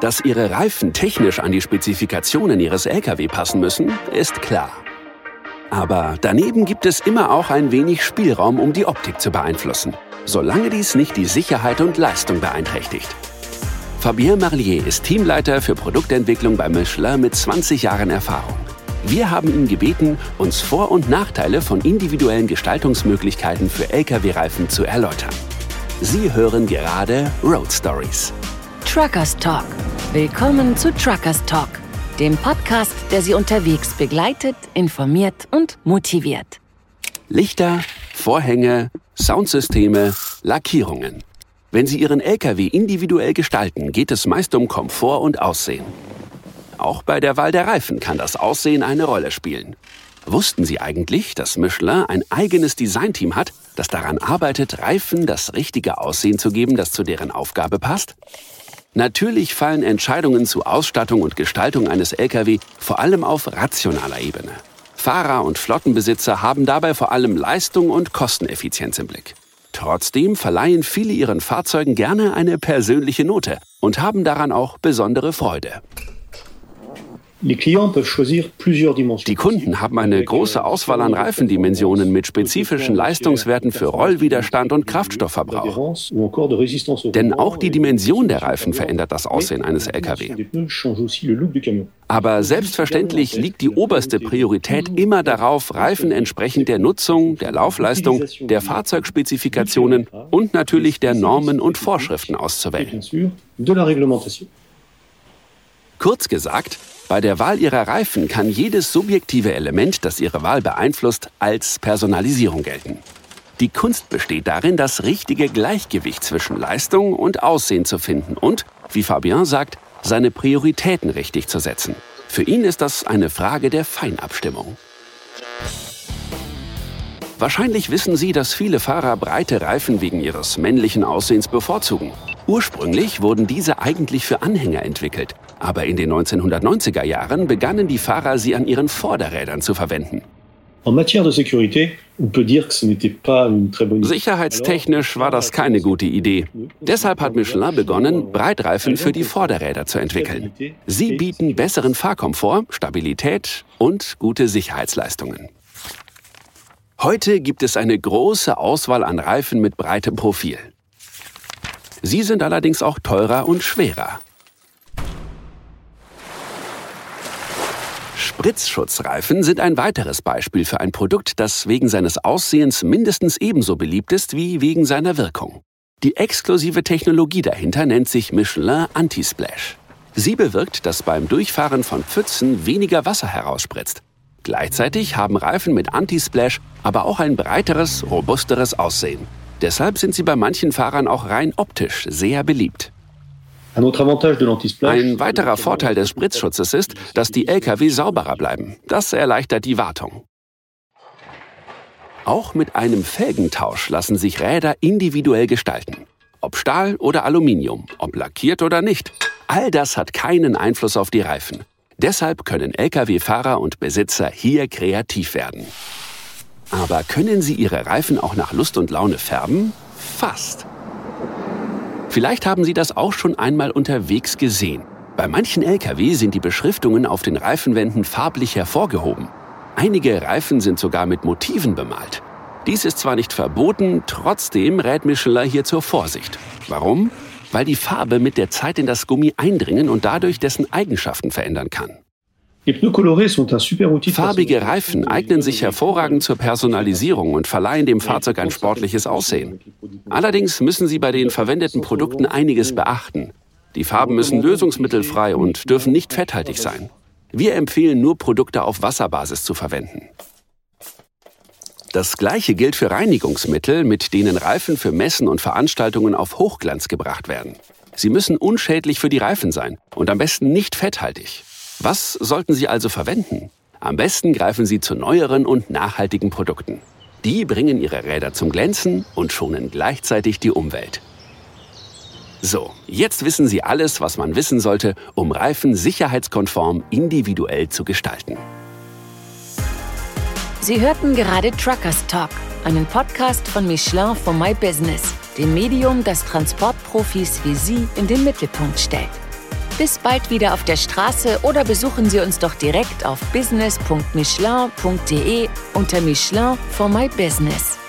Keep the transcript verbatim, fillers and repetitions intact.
Dass Ihre Reifen technisch an die Spezifikationen Ihres L K W passen müssen, ist klar. Aber daneben gibt es immer auch ein wenig Spielraum, um die Optik zu beeinflussen, solange dies nicht die Sicherheit und Leistung beeinträchtigt. Fabien Marlier ist Teamleiter für Produktentwicklung bei Michelin mit zwanzig Jahren Erfahrung. Wir haben ihn gebeten, uns Vor- und Nachteile von individuellen Gestaltungsmöglichkeiten für L K W-Reifen zu erläutern. Sie hören gerade Road Stories. Truckers Talk. Willkommen zu Truckers Talk, dem Podcast, der Sie unterwegs begleitet, informiert und motiviert. Lichter, Vorhänge, Soundsysteme, Lackierungen. Wenn Sie Ihren L K W individuell gestalten, geht es meist um Komfort und Aussehen. Auch bei der Wahl der Reifen kann das Aussehen eine Rolle spielen. Wussten Sie eigentlich, dass Michelin ein eigenes Designteam hat, das daran arbeitet, Reifen das richtige Aussehen zu geben, das zu deren Aufgabe passt? Natürlich fallen Entscheidungen zu Ausstattung und Gestaltung eines L K W vor allem auf rationaler Ebene. Fahrer und Flottenbesitzer haben dabei vor allem Leistung und Kosteneffizienz im Blick. Trotzdem verleihen viele ihren Fahrzeugen gerne eine persönliche Note und haben daran auch besondere Freude. Die Kunden haben eine große Auswahl an Reifendimensionen mit spezifischen Leistungswerten für Rollwiderstand und Kraftstoffverbrauch. Denn auch die Dimension der Reifen verändert das Aussehen eines L K W. Aber selbstverständlich liegt die oberste Priorität immer darauf, Reifen entsprechend der Nutzung, der Laufleistung, der Fahrzeugspezifikationen und natürlich der Normen und Vorschriften auszuwählen. Kurz gesagt, bei der Wahl Ihrer Reifen kann jedes subjektive Element, das Ihre Wahl beeinflusst, als Personalisierung gelten. Die Kunst besteht darin, das richtige Gleichgewicht zwischen Leistung und Aussehen zu finden und, wie Fabien sagt, seine Prioritäten richtig zu setzen. Für ihn ist das eine Frage der Feinabstimmung. Wahrscheinlich wissen Sie, dass viele Fahrer breite Reifen wegen ihres männlichen Aussehens bevorzugen. Ursprünglich wurden diese eigentlich für Anhänger entwickelt, aber in den neunzehnhundertneunziger Jahren begannen die Fahrer, sie an ihren Vorderrädern zu verwenden. Sicherheitstechnisch war das keine gute Idee. Deshalb hat Michelin begonnen, Breitreifen für die Vorderräder zu entwickeln. Sie bieten besseren Fahrkomfort, Stabilität und gute Sicherheitsleistungen. Heute gibt es eine große Auswahl an Reifen mit breitem Profil. Sie sind allerdings auch teurer und schwerer. Spritzschutzreifen sind ein weiteres Beispiel für ein Produkt, das wegen seines Aussehens mindestens ebenso beliebt ist wie wegen seiner Wirkung. Die exklusive Technologie dahinter nennt sich Michelin Anti-Splash. Sie bewirkt, dass beim Durchfahren von Pfützen weniger Wasser herausspritzt. Gleichzeitig haben Reifen mit Anti-Splash aber auch ein breiteres, robusteres Aussehen. Deshalb sind sie bei manchen Fahrern auch rein optisch sehr beliebt. Ein weiterer Vorteil des Spritzschutzes ist, dass die L K W sauberer bleiben. Das erleichtert die Wartung. Auch mit einem Felgentausch lassen sich Räder individuell gestalten. Ob Stahl oder Aluminium, ob lackiert oder nicht. All das hat keinen Einfluss auf die Reifen. Deshalb können L K W-Fahrer und Besitzer hier kreativ werden. Aber können Sie Ihre Reifen auch nach Lust und Laune färben? Fast. Vielleicht haben Sie das auch schon einmal unterwegs gesehen. Bei manchen L K W sind die Beschriftungen auf den Reifenwänden farblich hervorgehoben. Einige Reifen sind sogar mit Motiven bemalt. Dies ist zwar nicht verboten, trotzdem rät Michelin hier zur Vorsicht. Warum? Weil die Farbe mit der Zeit in das Gummi eindringen und dadurch dessen Eigenschaften verändern kann. Farbige Reifen eignen sich hervorragend zur Personalisierung und verleihen dem Fahrzeug ein sportliches Aussehen. Allerdings müssen Sie bei den verwendeten Produkten einiges beachten. Die Farben müssen lösungsmittelfrei und dürfen nicht fetthaltig sein. Wir empfehlen nur Produkte auf Wasserbasis zu verwenden. Das Gleiche gilt für Reinigungsmittel, mit denen Reifen für Messen und Veranstaltungen auf Hochglanz gebracht werden. Sie müssen unschädlich für die Reifen sein und am besten nicht fetthaltig. Was sollten Sie also verwenden? Am besten greifen Sie zu neueren und nachhaltigen Produkten. Die bringen Ihre Räder zum Glänzen und schonen gleichzeitig die Umwelt. So, jetzt wissen Sie alles, was man wissen sollte, um Reifen sicherheitskonform individuell zu gestalten. Sie hörten gerade Truckers Talk, einen Podcast von Michelin for My Business, dem Medium, das Transportprofis wie Sie in den Mittelpunkt stellt. Bis bald wieder auf der Straße oder besuchen Sie uns doch direkt auf business punkt michelin punkt de unter Michelin for my business.